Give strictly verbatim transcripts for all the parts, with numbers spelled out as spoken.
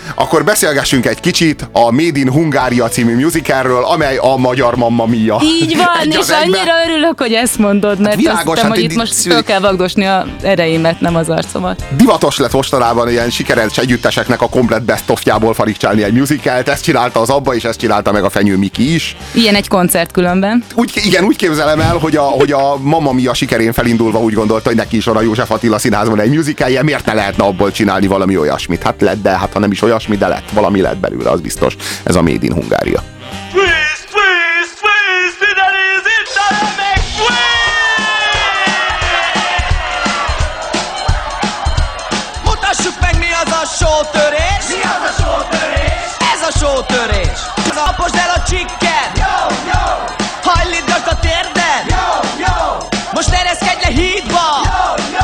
akkor beszélgessünk egy kicsit a Made in Hungária című musicalről, amely a magyar Mamma Mia. Így van, és annyira örülök, hogy ezt mondod, mert hát világos, azt hiszem, hát hogy itt most föl kell vagdosni a ereimet, nem az arcomat. Divatos lett mostanában ilyen sikeres együtteseknek a komplet best-ofjából farigcsálni egy musicalt, ezt csinálta az Abba, és ezt csinálta meg a Fenyő Miki is. Ilyen egy koncert különben. Úgy, igen, úgy képzelem el, hogy a, hogy a Mamma Mia sikerén felindulva úgy gondolta, hogy neki is van a József Attila Színházban egy musicalje, miért ne lehetne abból csinálni valami olyasmit? Hát lett, de hát ha nem is olyasmi, de lett. Valami lett belőle, az biztos. Ez a Made in Hungária. Twist, twist, twist, innen is itt a remek mutassuk meg, mi az a sótörés. Mi az a sótörés? Ez a sótörés. Ez a aposd el a csikked. Jó, jó. Hajlítgasd a térded. Jó, jó. Most ereszkedj le hídba. Jó, jó.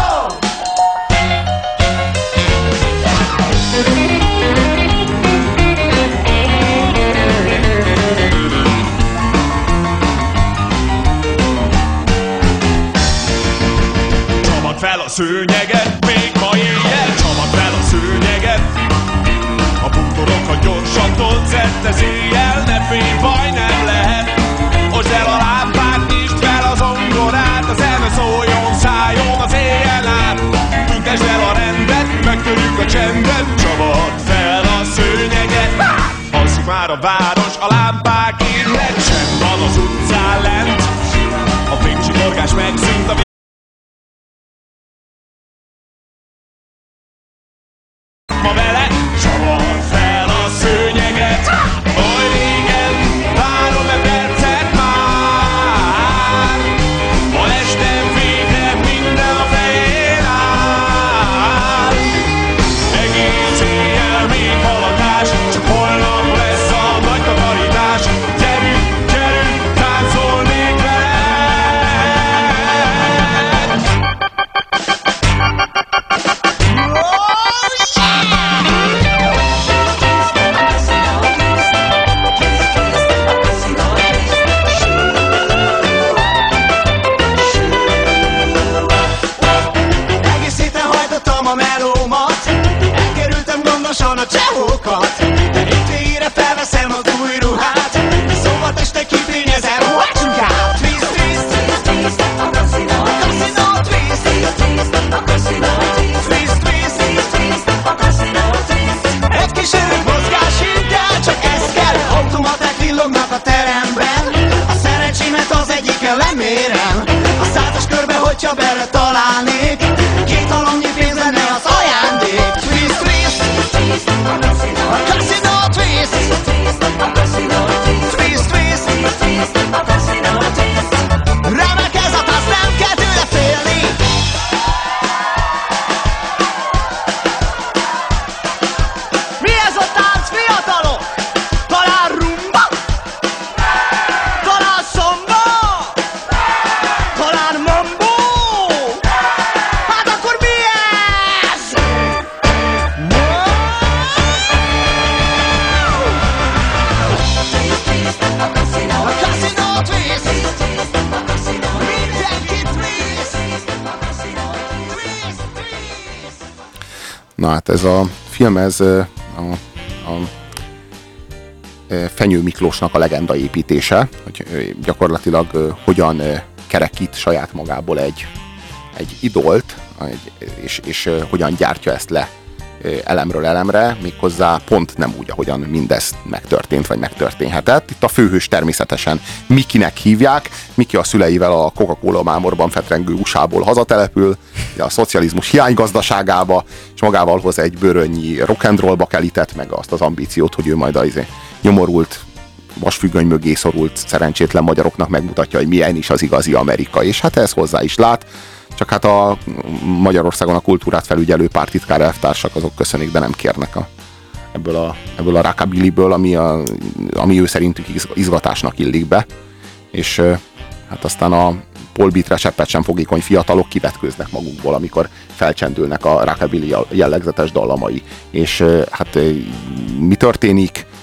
Fel a szőnyeget, még ma éjjel csomag fel a szőnyeget. A bútorokat gyorsan tolt szerte széjjel, ne félj, baj nem lehet. Osd el a lámpát, nyisd fel az zongorát, a zene szóljon, szálljon az éjjel át. Tüntesd el a rendet, megtörjük a csendet, csomag fel a szőnyeget. Alszik már a város, a lámpák írnek, sem van az utcán lent. A fénycsikorgás megszűnt, a ma vele csavar fel a szőnyeget. Oly régen, várom-e percet már. Ma este végre minden a fején áll. Egész éjjel még haladás, csak holnap lesz a nagy takarítás. Gyerünk, gyerünk, táncolnék veled. A melómat, elkerültem gondosan a csehókat, de hétvégére felveszem az új ruhát, szóval este kifényezem, watchunk out! Twist, twist, twist, twist, a casino, casino, twist, twist, twist, a casino, twist, twist, twist, twist, a casino, twist. Egy kis erős mozgássinttel, csak ez kell, automaták villognak a teremben, a szerencsémet az egyikkel lemérem, a százas körbe, hogyha bele találnék, két halomnyi pénz lenne az ajándék. Twist, twist, twist, a casino, a casino, twist, twist, a casino, twist, twist, twist, a casino, twist. Remek ez a tánc, nem kell tőle félni. Mi ez a tánc, fiatalok? Talán rumba? Talán szomba? Talán mambo? Hát akkor mi ez? A casino, twist. Mindenki twist. A casino, twist, twist. Na hát ez a film, ez a, a Fenyő Miklósnak a legenda építése, hogy gyakorlatilag hogyan kerekít saját magából egy, egy idolt, egy, és, és hogyan gyártja ezt le elemről elemre, méghozzá pont nem úgy, ahogyan mindez megtörtént, vagy megtörténhetett. Itt a főhős természetesen Mikinek hívják. Miki a szüleivel a Coca-Cola mámorban fetrengő u es á-ból hazatelepül, a szocializmus hiánygazdaságába, és magával hoz egy bőrönnyi rock'n'roll bakelitet, meg azt az ambíciót, hogy ő majd az nyomorult, vasfüggöny mögé szorult szerencsétlen magyaroknak megmutatja, hogy milyen is az igazi Amerika, és hát ez hozzá is lát. Csak hát a Magyarországon a kultúrát felügyelő pártitkár elvtársak azok köszönik, de nem kérnek a, ebből a, ebből a rockabillyből, ami, a, ami ő szerintük izgatásnak illik be. És hát aztán a polbitre cseppet sem fogékony fiatalok kivetkőznek magukból, amikor felcsendülnek a rockabilly jellegzetes dallamai. És hát mi történik?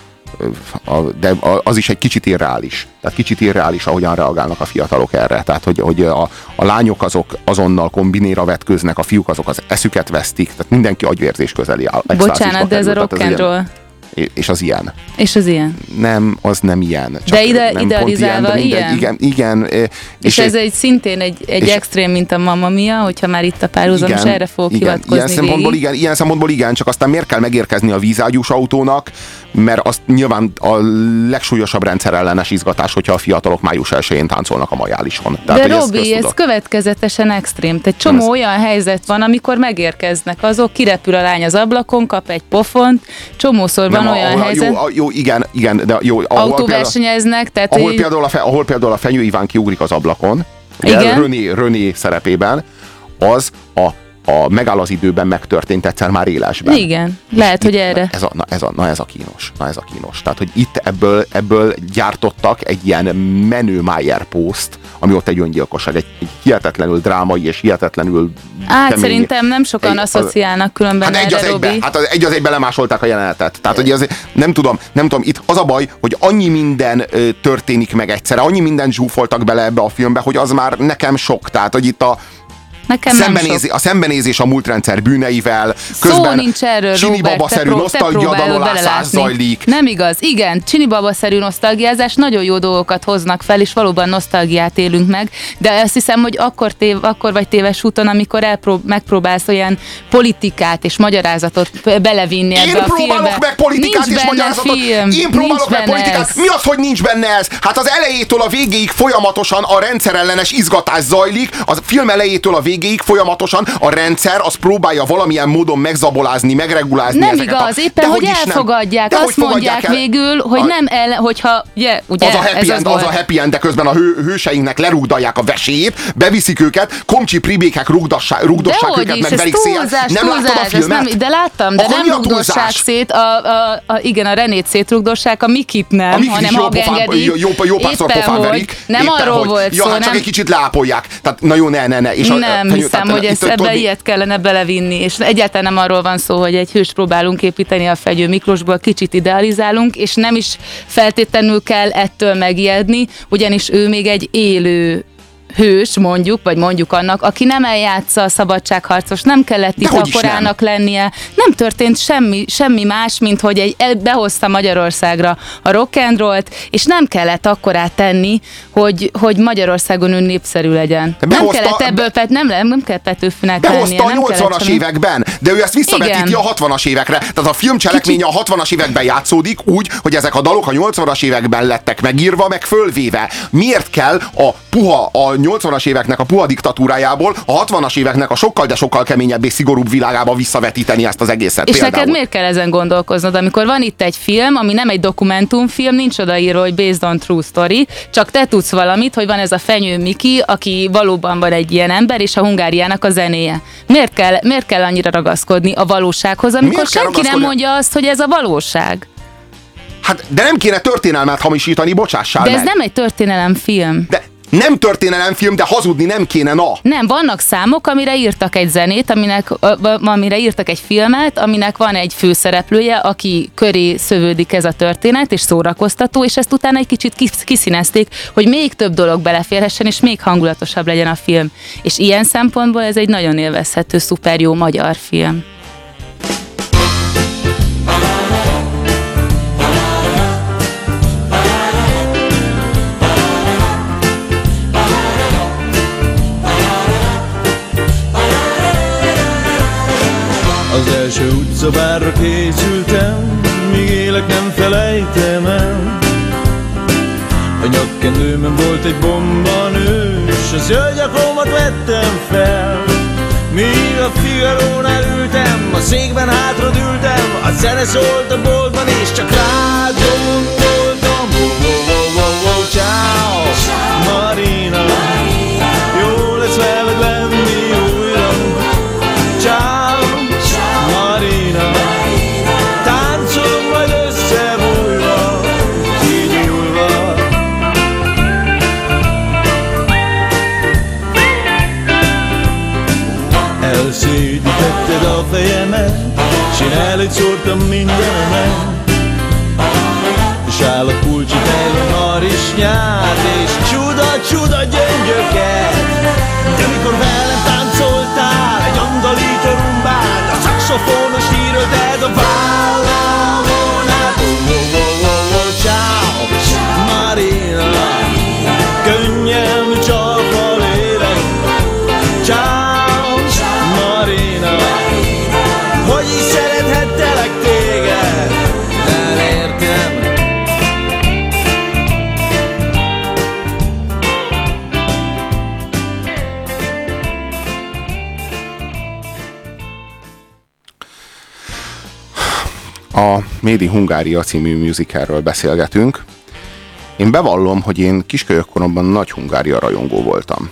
a, de az is egy kicsit irreális. Tehát kicsit irreális, ahogyan reagálnak a fiatalok erre. Tehát, hogy, hogy a, a lányok azok azonnal kombinéra vetköznek, a fiúk azok az eszüket vesztik, tehát mindenki agyvérzés közeli áll. Bocsánat, de ez a rock and roll. És az ilyen. És az ilyen. Nem, az nem ilyen. Csak de ide, nem idealizálva ilyen, ilyen? Igen, igen. És, és ez egy szintén egy, egy extrém, mint a Mamma Mia, hogyha már itt a párhuzam, és erre fog igen, hivatkozni ilyen szempontból, igen, ilyen szempontból igen, csak aztán miért kell megérkezni a vízágyús autónak, mert azt nyilván a legsúlyosabb rendszerellenes izgatás, hogyha a fiatalok május elsején táncolnak a Majálison. Tehát, de Robi, ez, ez következetesen extrém. Egy csomó ez... olyan helyzet van, amikor megérkeznek azok, kirepül a lány az ablakon, kap egy pofont, csomószor van olyan ahol, helyzet. Jó, jó, igen, igen, de jó. Autóversenyeznek, tehát... Ahol, így... például a fe, ahol például a Fenyő Iván kiugrik az ablakon, ugye, René, René szerepében, az a a Megáll az időben megtörtént egyszer már élesben. Igen, lehet, hogy erre. Ez a, na, ez a, na ez a kínos. Na ez a kínos. Tehát, hogy itt ebből, ebből gyártottak egy ilyen menő Mayer post, ami ott egy öngyilkosság, egy, egy hihetetlenül drámai és hihetetlenül Á, kemény. Szerintem nem sokan egy, asszociálnak különben hát erre, egy Robi. Egybe, hát az egy az egybe lemásolták a jelenetet. Tehát, hogy az, nem tudom, nem tudom, itt az a baj, hogy annyi minden ö, történik meg egyszerre, annyi mindent zsúfoltak bele ebbe a filmbe, hogy az már nekem sok. Tehát, hogy itt a Szembenézi, a szembenézés a múltrendszer bűneivel, közben szó nincs erről, Csini-baba-szerű nosztalgiadalolászás zajlik. Nem igaz, igen, Csini-baba-szerű nosztalgiázás, nagyon jó dolgokat hoznak fel, és valóban nosztalgiát élünk meg, de azt hiszem, hogy akkor, tév, akkor vagy téves úton, amikor elprób- megpróbálsz olyan politikát és magyarázatot belevinni ebbe Én a filmbe. Én próbálok meg politikát nincs és magyarázatot. Film. Én próbálok meg politikát. Ez. Mi az, hogy nincs benne ez? Hát az elejétől a végéig folyamatosan a rendszerellenes izgatás zajlik, a film elejétől a végéig folyamatosan a rendszer az próbálja valamilyen módon megzabolázni, megregulázni nem ezeket. Igaz, éppen, hogy elfogadják, de azt hogy mondják el? Végül, hogy a, nem el, hogyha, ugye, ugye az a happy end, az, az a happy end, de közben a hő, hőseinknek lerugdalják a vesélyét, beviszik őket, komcsi pribékek rugdassák, rugdossák őket, meg verik szél. Nem láttad a filmet? Nem, de láttam, de nem rugdossák szét, a, a, a, igen, a Renét szétrugdossák, a Mikit nem, a hanem megengedik. Jó, jó párszor pofán verik. Nem arról volt szó, nem. Csak egy kicsit leápolják. Tehát, na jó, ne, ne, ne. Nem hiszem, hogy ezt ebbe ilyet kellene belevinni, és egyáltalán nem arról van szó, hogy egy hőst próbálunk építeni a Fegyő Miklósból, kicsit idealizálunk, és nem is feltétlenül kell ettől megijedni, ugyanis ő még egy élő hős, mondjuk, vagy mondjuk annak, aki nem eljátsza a szabadságharcos, nem kellett itt akkorának lennie, nem történt semmi, semmi más, mint hogy egy, behozta Magyarországra a rock and rollt, és nem kellett akkorát tenni, hogy, hogy Magyarországon ön népszerű legyen. De behozta, nem kellett ebből, be, nem, nem kell Petőfinek lennie. Behozta a nyolcvanas években, de ő ezt visszavetíti a hatvanas évekre. Tehát a film cselekménye a hatvanas években játszódik úgy, hogy ezek a dalok a nyolcvanas években lettek megírva, meg fölvéve. Miért kell a puha, a nyolcvanas éveknek a puha diktatúrájából a hatvanas éveknek a sokkal, de sokkal keményebb és szigorúbb világába visszavetíteni ezt az egészet? És például. Neked miért kell ezen gondolkoznod, amikor van itt egy film, ami nem egy dokumentumfilm, nincs odaírva, hogy based on true story, csak te tudsz valamit, hogy van ez a Fenyő Miki, aki valóban van egy ilyen ember, és a Hungáriának a zenéje. Miért kell, miért kell annyira ragaszkodni a valósághoz, amikor senki nem mondja azt, hogy ez a valóság? Hát, de nem kéne történelmet hamisítani, bocsássál De ez meg. nem egy történelemfilm. De nem történelemfilm, de hazudni nem kéne, na. Nem, vannak számok, amire írtak egy zenét, aminek, amire írtak egy filmet, aminek van egy főszereplője, aki köré szövődik ez a történet, és szórakoztató, és ezt utána egy kicsit kiszínezték, hogy még több dolog beleférhessen, és még hangulatosabb legyen a film. És ilyen szempontból ez egy nagyon élvezhető, szuper jó magyar film. Az első utcabárra készültem, míg élek nem felejtem el. A nyakkendőmön volt egy bombanős, az hölgyakomat vettem fel. Míg a Figarónál ültem, a székben hátradültem, a zene szólt a boltban, és csak rád gondoltam. Oh, oh, oh, oh, oh, ciao, Marina, jó lesz veled lenni újra. Ciao, Marina, táncolunk majd összebújva, kigyúlva. Elszédítetted a fejemet, s én elég szórtam mindenemet. és áll a kulcsi fejlő harisnyát, és csuda-csuda gyöngyöket. De mikor velem táncoltál egy andalító rumbát, a szaxofonos írölted a vállalónát. Oh-oh-oh-oh-oh, ciao, Marina, könnyelmű csapva lélek. Ciao, Marina, hogy is szerethettelek téged, nem értem. A Made in Hungária című musicalről beszélgetünk. Én bevallom, hogy én kiskölyök koromban nagy Hungária rajongó voltam.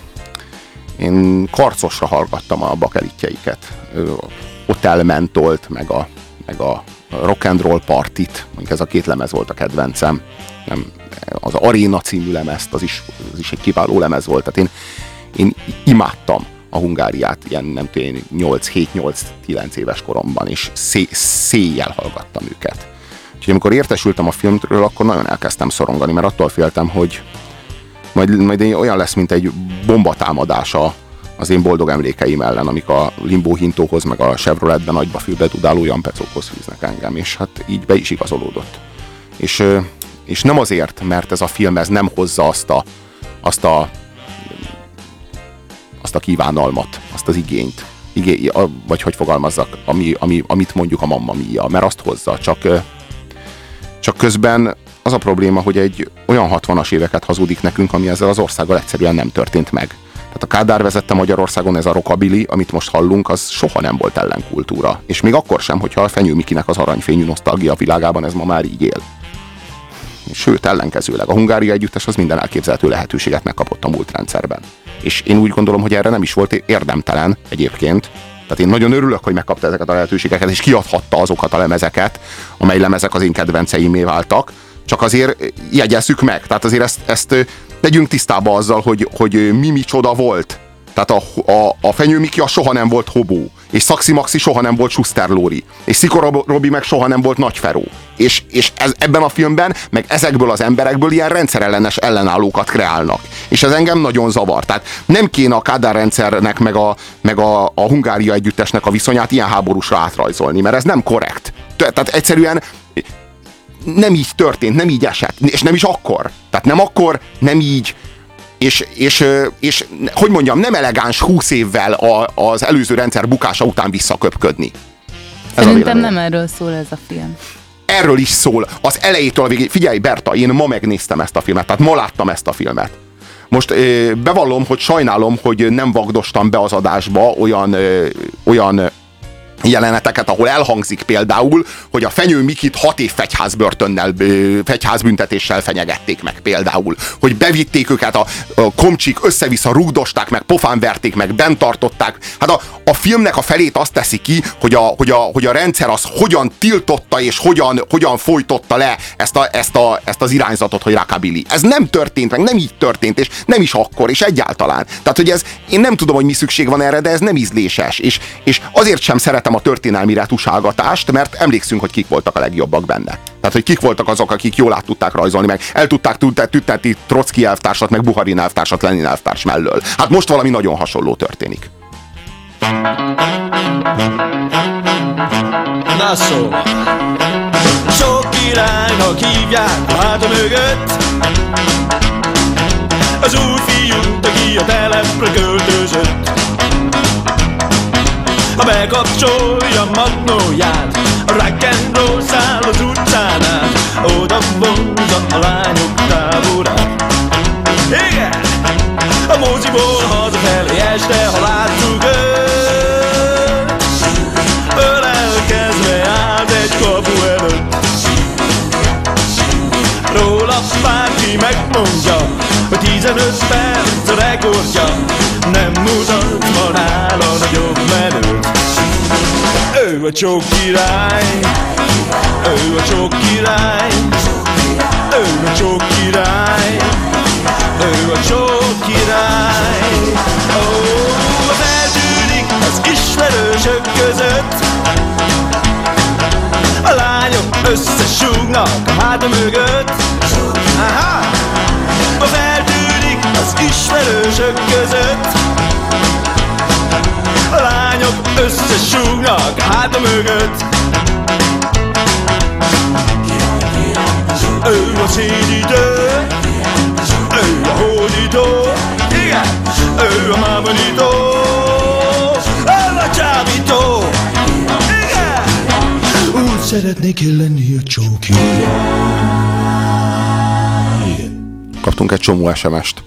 Én karcosra hallgattam a bakelitjeiket. Hotel Mentolt, meg a, meg a Rock and Roll Partit, ez a két lemez volt a kedvencem. Nem, az Aréna című lemezt, az is, az is egy kiváló lemez volt. Tehát én, én imádtam a Hungáriát, ilyen nem tudom, nyolc hét nyolc kilenc éves koromban, és szé, széjjel hallgattam őket. Úgyhogy amikor értesültem a filmről, akkor nagyon elkezdtem szorongani, mert attól féltem, hogy majd, majd olyan lesz, mint egy bombatámadása az én boldog emlékeim ellen, amik a Limbo Hintóhoz, meg a Chevroletben nagyba fülbe dudáló Jan Pecókhoz fűznek engem, és hát így be is igazolódott. És, és nem azért, mert ez a film ez nem hozza azt a, azt a azt a kívánalmat, azt az igényt, igé, vagy hogy fogalmazzak, ami, ami, amit mondjuk a Mamma Mia, mert azt hozza, csak, csak közben az a probléma, hogy egy olyan hatvanas éveket hazudik nekünk, ami ezzel az országgal egyszerűen nem történt meg. Tehát a Kádár vezette Magyarországon, ez a rockabilly, amit most hallunk, az soha nem volt ellenkultúra. És még akkor sem, hogyha a Fenyő Mikinek az aranyfényű nosztalgia világában ez ma már így él. Sőt, ellenkezőleg a Hungária együttes az minden elképzelhető lehetőséget megkapott a múlt rendszerben. És én úgy gondolom, hogy erre nem is volt érdemtelen egyébként. Tehát én nagyon örülök, hogy megkapta ezeket a lehetőségeket, és kiadhatta azokat a lemezeket, amely lemezek az én kedvenceimé váltak. Csak azért jegyezzük meg. Tehát azért ezt, ezt tegyünk tisztába azzal, hogy, hogy mi micsoda volt. Tehát a, a, a Fenyő Miki a soha nem volt Hobó, és Szaxi Maxi soha nem volt Schuster Lóri, és Szikora Robi meg soha nem volt Nagy Feró. És, és ez, ebben a filmben, meg ezekből az emberekből ilyen rendszerellenes ellenállókat kreálnak. És ez engem nagyon zavar. Tehát nem kéne a Kádár rendszernek, meg a, meg a, a Hungária együttesnek a viszonyát ilyen háborúsra átrajzolni, mert ez nem korrekt. Tehát egyszerűen nem így történt, nem így esett, és nem is akkor. Tehát nem akkor, nem így. És, és, és hogy mondjam, nem elegáns húsz évvel a, az előző rendszer bukása után visszaköpködni. Ez Szerintem nem erről szól ez a film. Erről is szól. Az elejétől a végéig. Figyelj, Berta, én ma megnéztem ezt a filmet, tehát ma láttam ezt a filmet. Most bevallom, hogy sajnálom, hogy nem vagdostam be az adásba olyan, olyan jeleneteket, ahol elhangzik például, hogy a Fenyő Mikit hat év fegyházbörtönnel, fegyházbüntetéssel fenyegették meg például. Hogy bevitték őket, a, a komcsik össze-vissza rugdosták meg, pofán verték meg, bent tartották. Hát a, a filmnek a felét azt teszi ki, hogy a, hogy a, hogy a rendszer az hogyan tiltotta és hogyan, hogyan folytotta le ezt, a, ezt, a, ezt az irányzatot, hogy rockabilly. Ez nem történt meg, nem így történt, és nem is akkor, és egyáltalán. Tehát, hogy ez, én nem tudom, hogy mi szükség van erre, de ez nem ízléses. És, és azért sem szeretem a történelmi retusálgatást, mert emlékszünk, hogy kik voltak a legjobbak benne. Tehát, hogy kik voltak azok, akik jól át tudták rajzolni, meg el tudták tüntetni Trocki elvtársat, meg Buharin elvtársat Lenin elvtárs mellől. Hát most valami nagyon hasonló történik. Na szóval, sok királynak hívják a háta mögött az új fiút, aki a telepre költözött. Ha bekapcsolja magnóját, a rock and roll száll az utcánál, oda vonza a lányok táborát. Igen! A moziból hazafelé este, ha láttuk őt, ölelkezve állt egy kapu előtt. Róla bárki megmondja, hogy tizenöt perc a rekordja, nem mutat ma nála nagyobb menőt. Ő a csók király, ő a csók király, ő a csók király, ő a csók király. Ó, oh, eltűnik az ismerősök között, a lányok összesúgnak a háta mögött. Aha! Ma feltűnik az ismerősök között. A lányok összesúgnak a háta mögött. Ő a szédítő, ő a hódító, igen, ő a mámonító, ő a csábító, igen. Úgy szeretnék én lenni a csókja. Kaptunk egy csomó es em est.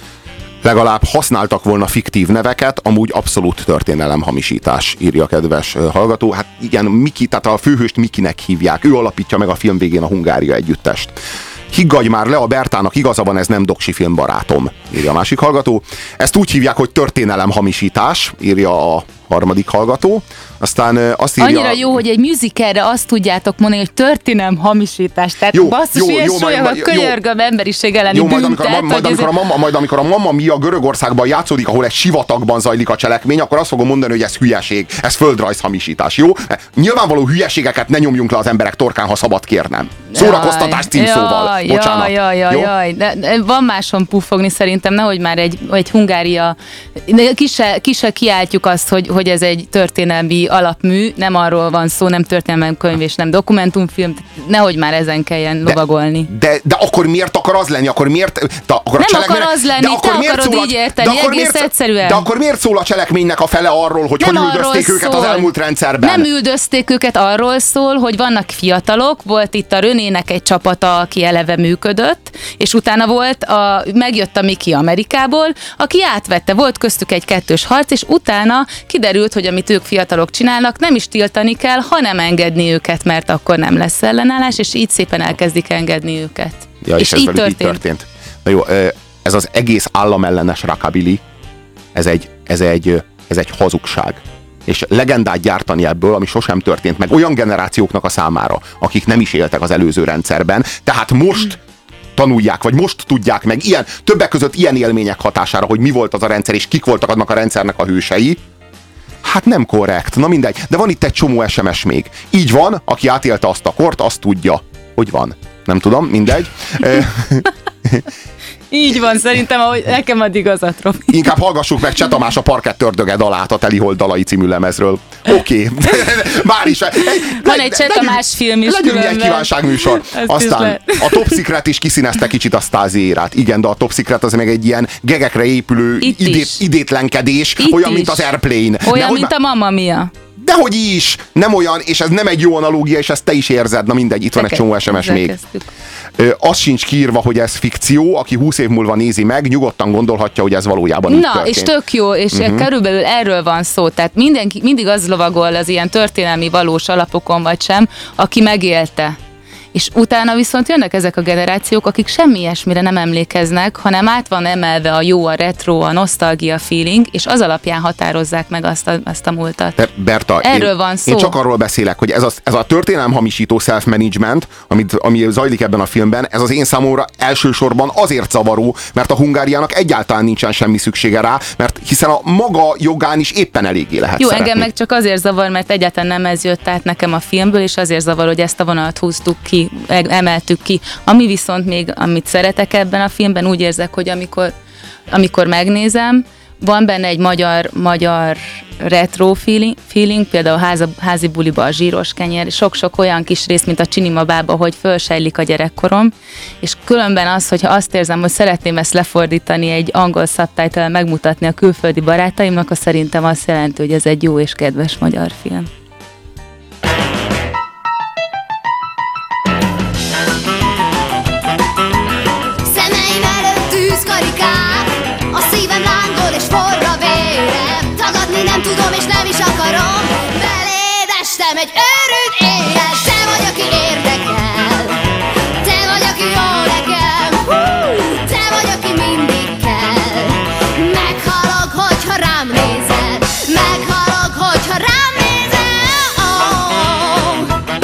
Legalább használtak volna fiktív neveket, amúgy abszolút történelemhamisítás, írja a kedves hallgató. Hát igen, Miki, tehát a főhőst Mikinek hívják. Ő alapítja meg a film végén a Hungária együttest. Higgadj már le, a Bertának igaza van, ez nem doksi film, barátom, írja a másik hallgató. Ezt úgy hívják, hogy történelemhamisítás, írja a harmadik hallgató. Aztán azt írja... Annyira jó, hogy egy musicalre azt tudjátok mondani, hogy történelem hamisítás. Tehát jó, basszus, jó, ilyen jó, súlyog, a könyörgöm emberiség elleni jó, bűntet. Majd amikor, a, majd, amikor a mamma, majd amikor a Mamma Mia Görögországban játszódik, ahol egy sivatagban zajlik a cselekmény, akkor azt fogom mondani, hogy ez hülyeség, ez földrajzhamisítás, jó? Nyilvánvaló hülyeségeket ne nyomjunk le az emberek torkán, ha szabad kérnem. Szórakoztatás címszóval. Jaj, bocsánat. Jaj, jaj, jaj, de, de van máson puffogni szerintem, nehogy már egy, egy Hungária, ki se, ki se kiáltjuk azt, hogy, hogy ez egy történelmi alapmű, nem arról van szó, nem történelmi könyv és nem dokumentumfilm, nehogy már ezen kelljen de, lovagolni. De, de akkor miért akar az lenni? Akkor miért, de akkor nem a akar az lenni, te akarod így érteni, egész miért, egyszerűen. De akkor miért szól a cselekménynek a fele arról, hogy nem hogy üldözték őket szól. Az elmúlt rendszerben? Nem üldözték őket, arról szól, hogy vannak fiatalok, volt itt a Renének egy csapata, aki eleve működött, és utána volt a, megjött a Miki Amerikából, aki átvette, volt köztük egy kettős harc, és utána kiderült, hogy amit ők fiatalok csinálnak, nem is tiltani kell, hanem engedni őket, mert akkor nem lesz ellenállás, és így szépen elkezdik engedni őket. Ja, és, és ez így, történt. így történt. Na jó, ez az egész államellenes rockabilly, ez egy, ez egy, ez egy hazugság. És legendát gyártani ebből, ami sosem történt meg olyan generációknak a számára, akik nem is éltek az előző rendszerben, tehát most tanulják, vagy most tudják meg, ilyen, többek között ilyen élmények hatására, hogy mi volt az a rendszer, és kik voltak annak a rendszernek a hősei. Hát nem korrekt, na mindegy, de van itt egy csomó es em es még. Így van, aki átélte azt a kort, azt tudja, hogy van. Nem tudom, mindegy. Így van, szerintem, ahogy nekem ad igazat, Robi. Inkább hallgassuk meg Cseh Tamás a Parkett ördöge dalát a Telihold dalai című lemezről. Oké. Okay. Már is. Van egy Cseh Tamás film is. Legyünk mi egy kívánságműsor. Aztán a Top Secret is kiszínezte kicsit a Stasi-érát. Igen, de a Top Secret az meg egy ilyen gegekre épülő idét, idétlenkedés, itt olyan, is. Mint az Airplane. Olyan, mint a Mamma Mia. Dehogy is! Nem olyan, és ez nem egy jó analógia, és ezt te is érzed. Na mindegy, itt Te van egy csomó es em es még. Ö, az sincs kiírva, hogy ez fikció, aki húsz év múlva nézi meg, nyugodtan gondolhatja, hogy ez valójában így Na, történt. és tök jó, és uh-huh. körülbelül erről van szó. Tehát mindenki, mindig az lovagol az ilyen történelmi valós alapokon vagy sem, aki megélte. És utána viszont jönnek ezek a generációk, akik semmi ilyesmire nem emlékeznek, hanem át van emelve a jó, a retro, a nosztalgia feeling, és az alapján határozzák meg azt a, azt a múltat. De Berta, erről én, van szó. Én csak arról beszélek, hogy ez a, ez a történelemhamisító self-management, amit, ami zajlik ebben a filmben, ez az én számomra elsősorban azért zavaró, mert a Hungáriának egyáltalán nincsen semmi szüksége rá, mert hiszen a maga jogán is éppen eléggé lehet Jó, szeretni. engem meg csak azért zavar, mert egyáltalán nem ez jött át nekem a filmből, és azért zavar, hogy ezt a vonalat húztuk ki, emeltük ki. Ami viszont még, amit szeretek ebben a filmben, úgy érzek, hogy amikor, amikor megnézem, van benne egy magyar, magyar retro feeling, feeling például a háza, házi buliba a zsíros kenyér, sok-sok olyan kis rész, mint a Csinima bába, hogy fölsejlik a gyerekkorom, és különben az, hogyha azt érzem, hogy szeretném ezt lefordítani egy angol subtitle-el megmutatni a külföldi barátaimnak, az szerintem azt jelenti, hogy ez egy jó és kedves magyar film. Nem tudom és nem is akarom, beléd estem egy őrült éjjel. Te vagy, aki érdekel, te vagy, aki jó nekem, hú, te vagy, aki mindig kell. Meghalok, hogyha rám nézel, meghalok, hogyha rám nézel, oh.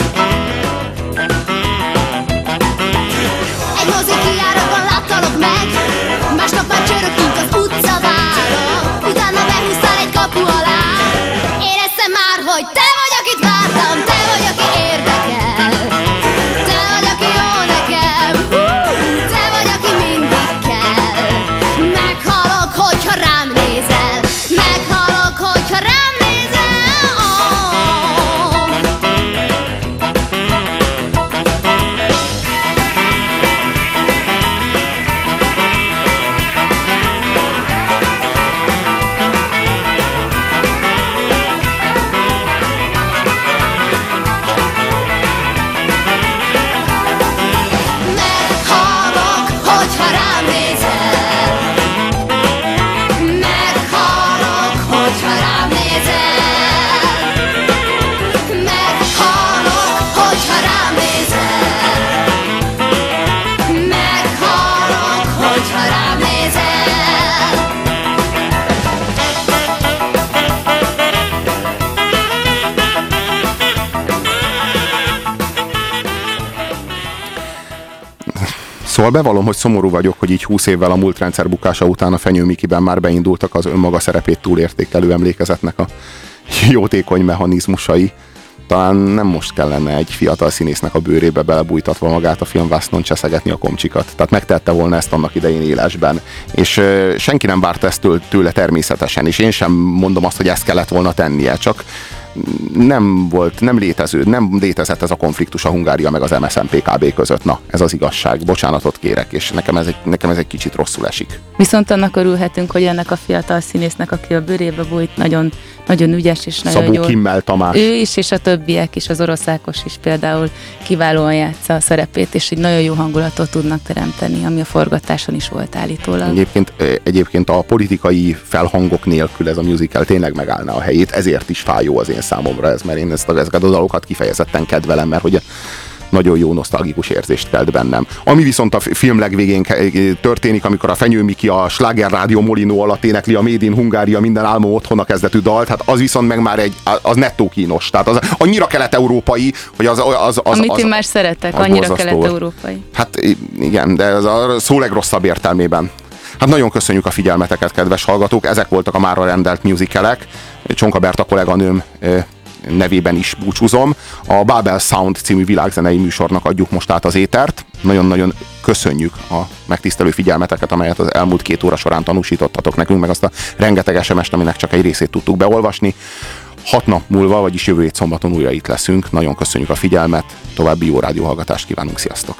Egy mozi kijáratban láttalak meg, másnap már csörök, mint az utcaváron. Utána behúztál egy kapu alá, éreztem már, hogy te vagy, akit vártam, te vagy, Szóval bevallom, hogy szomorú vagyok, hogy így húsz évvel a múlt rendszer bukása után a Fenyő Mikiben már beindultak az önmaga szerepét túlértékelő emlékezetnek a jótékony mechanizmusai. Talán nem most kellene egy fiatal színésznek a bőrébe belebújtatva magát a filmvásznon cseszegetni a komcsikat. Tehát megtette volna ezt annak idején élesben. És uh, senki nem várta ezt tőle természetesen, és én sem mondom azt, hogy ezt kellett volna tennie, csak nem volt, nem létező, nem létezett ez a konfliktus a Hungária meg az em es zé en pé ká bé között. Na, ez az igazság. Bocsánatot kérek, és nekem ez egy, nekem ez egy kicsit rosszul esik. Viszont annak örülhetünk, hogy ennek a fiatal színésznek, aki a bőrébe bújt, nagyon, nagyon ügyes és nagyon Szabó jól. Kimmel Tamás. Ő is, és a többiek is, az Orosz Ákos is például kiválóan játsza a szerepét, és egy nagyon jó hangulatot tudnak teremteni, ami a forgatáson is volt állítólag. Egyébként, egyébként a politikai felhangok nélkül ez a musical tényleg megállná a helyét, ezért is fájó az én számomra ez, mert én ezt a, ezeket a dalokat kifejezetten kedvelem, mert hogy nagyon jó nosztalgikus érzést kelt bennem. Ami viszont a film legvégén történik, amikor a Fenyő Miki a Sláger Rádió Molinó alatt énekli a Made in Hungária minden álmom otthona kezdetű dalt, hát az viszont meg már egy, az nettó kínos. Tehát az annyira kelet-európai, hogy az... az, az Amit az, én már szeretek, annyira kelet-európai. Hát igen, de ez a szó legrosszabb értelmében. Hát nagyon köszönjük a figyelmeteket, kedves hallgatók, ezek voltak a mára rendelt musicalek. Csonka Berta kolléganőm nevében is búcsúzom. A Babel Sound című világzenei műsornak adjuk most át az étert. Nagyon-nagyon köszönjük a megtisztelő figyelmeteket, amelyet az elmúlt két óra során tanúsítottatok nekünk, meg azt a rengeteg es em est, aminek csak egy részét tudtuk beolvasni. Hat nap múlva, vagyis jövő hét szombaton újra itt leszünk. Nagyon köszönjük a figyelmet, további jó rádióhallgatást kívánunk, sziasztok!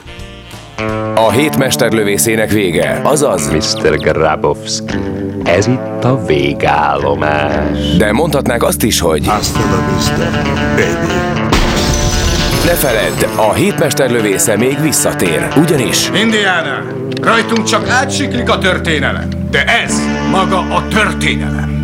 A hét mesterlövészének vége, azaz miszter Grabowski, ez itt a végállomás. De mondhatnák azt is, hogy Hasta la vista, baby. ne feledd, a hét mesterlövésze még visszatér, ugyanis Indiana, rajtunk csak átsiklik a történelem, de ez maga a történelem.